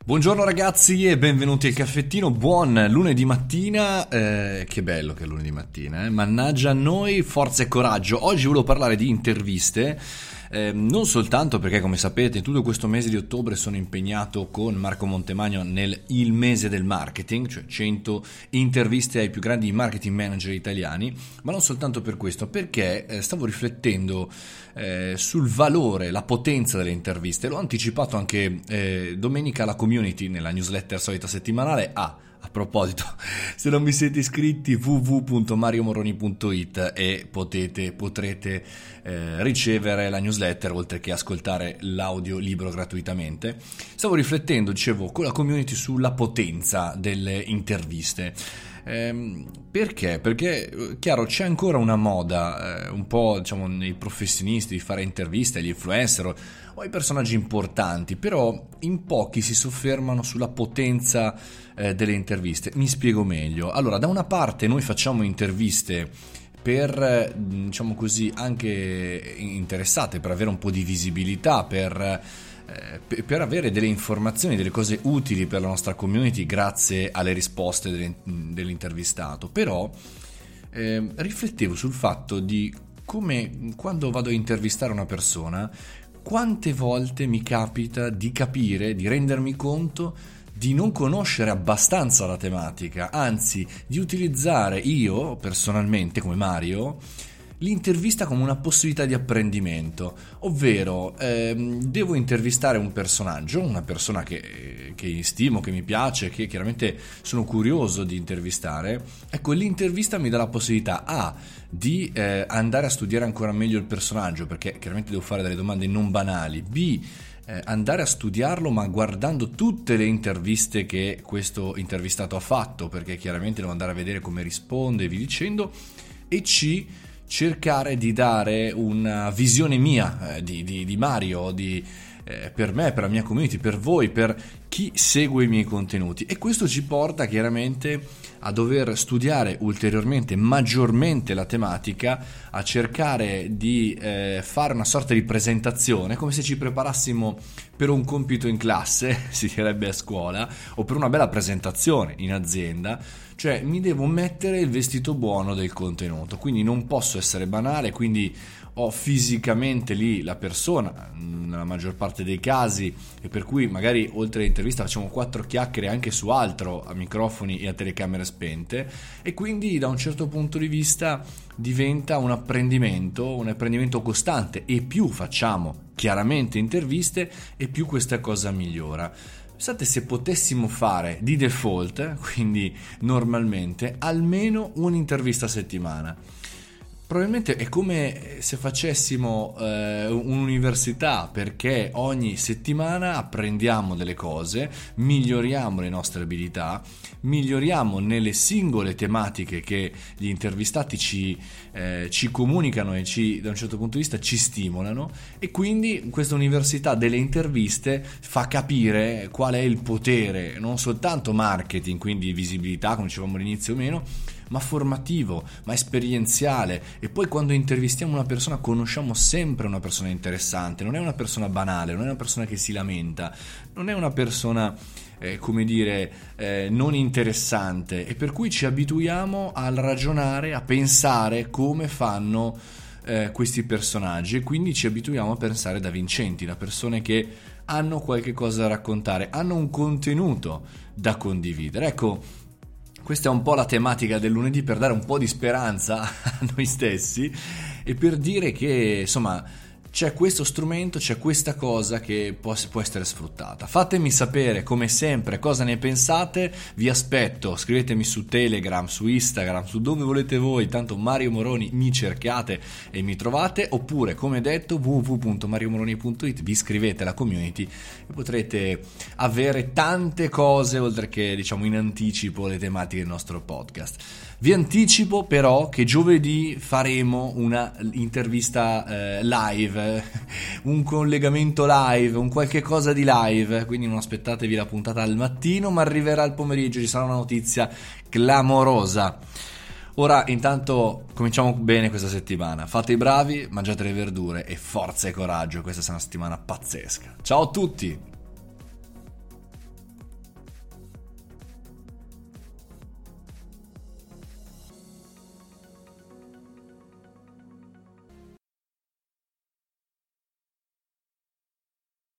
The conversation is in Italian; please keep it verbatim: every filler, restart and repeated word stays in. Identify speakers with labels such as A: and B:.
A: Buongiorno ragazzi e benvenuti al caffettino, buon lunedì mattina, eh, che bello che è lunedì mattina, eh? Mannaggia a noi, forza e coraggio. Oggi volevo parlare di interviste, eh, non soltanto perché come sapete in tutto questo mese di ottobre sono impegnato con Marco Montemagno nel Il Mese del Marketing, cioè cento interviste ai più grandi marketing manager italiani, ma non soltanto per questo, perché eh, stavo riflettendo eh, sul valore, la potenza delle interviste. L'ho anticipato anche eh, domenica alla community nella newsletter solita settimanale. Ah, a proposito, se non vi siete iscritti w w w punto mario moroni punto i t e potete, potrete eh, ricevere la newsletter oltre che ascoltare l'audio libro gratuitamente. Stavo riflettendo, dicevo, con la community sulla potenza delle interviste. Eh, perché? Perché, chiaro, c'è ancora una moda eh, un po', diciamo, nei professionisti di fare interviste agli influencer o ai personaggi importanti, però in pochi si soffermano sulla potenza eh, delle interviste. Mi spiego meglio. Allora, da una parte noi facciamo interviste per, diciamo così, anche interessate, per avere un po' di visibilità, per Eh, per avere delle informazioni, delle cose utili per la nostra community grazie alle risposte dell'intervistato. Però eh, riflettevo sul fatto di come, quando vado a intervistare una persona, quante volte mi capita di capire, di rendermi conto di non conoscere abbastanza la tematica, anzi di utilizzare io personalmente come Mario l'intervista come una possibilità di apprendimento, ovvero ehm, devo intervistare un personaggio, una persona che, che stimo, che mi piace, che chiaramente sono curioso di intervistare. Ecco, l'intervista mi dà la possibilità A di eh, andare a studiare ancora meglio il personaggio, perché chiaramente devo fare delle domande non banali, B eh, andare a studiarlo ma guardando tutte le interviste che questo intervistato ha fatto, perché chiaramente devo andare a vedere come risponde e vi dicendo, e C cercare di dare una visione mia eh, di, di, di Mario, di, eh, per me, per la mia community, per voi, per chi segue i miei contenuti. E questo ci porta chiaramente a dover studiare ulteriormente, maggiormente la tematica, a cercare di eh, fare una sorta di presentazione, come se ci preparassimo per un compito in classe, si direbbe a scuola, o per una bella presentazione in azienda. Cioè mi devo mettere il vestito buono del contenuto, quindi non posso essere banale, quindi ho fisicamente lì la persona nella maggior parte dei casi, e per cui magari oltre all'intervista facciamo quattro chiacchiere anche su altro a microfoni e a telecamere spente, e quindi da un certo punto di vista diventa un apprendimento, un apprendimento costante, e più facciamo chiaramente interviste e più questa cosa migliora. Pensate se potessimo fare di default, quindi normalmente, almeno un'intervista a settimana. Probabilmente è come se facessimo eh, un'università, perché ogni settimana apprendiamo delle cose, miglioriamo le nostre abilità, miglioriamo nelle singole tematiche che gli intervistati ci, eh, ci comunicano e ci, da un certo punto di vista ci stimolano, e quindi questa università delle interviste fa capire qual è il potere, non soltanto marketing, quindi visibilità, come dicevamo all'inizio o meno, ma formativo, ma esperienziale. E poi quando intervistiamo una persona conosciamo sempre una persona interessante, non è una persona banale, non è una persona che si lamenta, non è una persona eh, come dire eh, non interessante, e per cui ci abituiamo a ragionare, a pensare come fanno eh, questi personaggi, e quindi ci abituiamo a pensare da vincenti, da persone che hanno qualche cosa da raccontare, hanno un contenuto da condividere. Ecco, questa è un po' la tematica del lunedì, per dare un po' di speranza a noi stessi e per dire che insomma c'è questo strumento, c'è questa cosa che può, può essere sfruttata. Fatemi sapere come sempre cosa ne pensate, vi aspetto, scrivetemi su Telegram, su Instagram, su dove volete voi, tanto Mario Moroni mi cercate e mi trovate, oppure come detto w w w punto mario moroni punto i t, vi iscrivete alla community e potrete avere tante cose oltre che, diciamo, in anticipo le tematiche del nostro podcast. Vi anticipo però che giovedì faremo una intervista eh, live, un collegamento live, un qualche cosa di live, quindi non aspettatevi la puntata al mattino, ma arriverà al pomeriggio, ci sarà una notizia clamorosa. Ora intanto cominciamo bene questa settimana, fate i bravi, mangiate le verdure e forza e coraggio, questa sarà una settimana pazzesca. Ciao a tutti!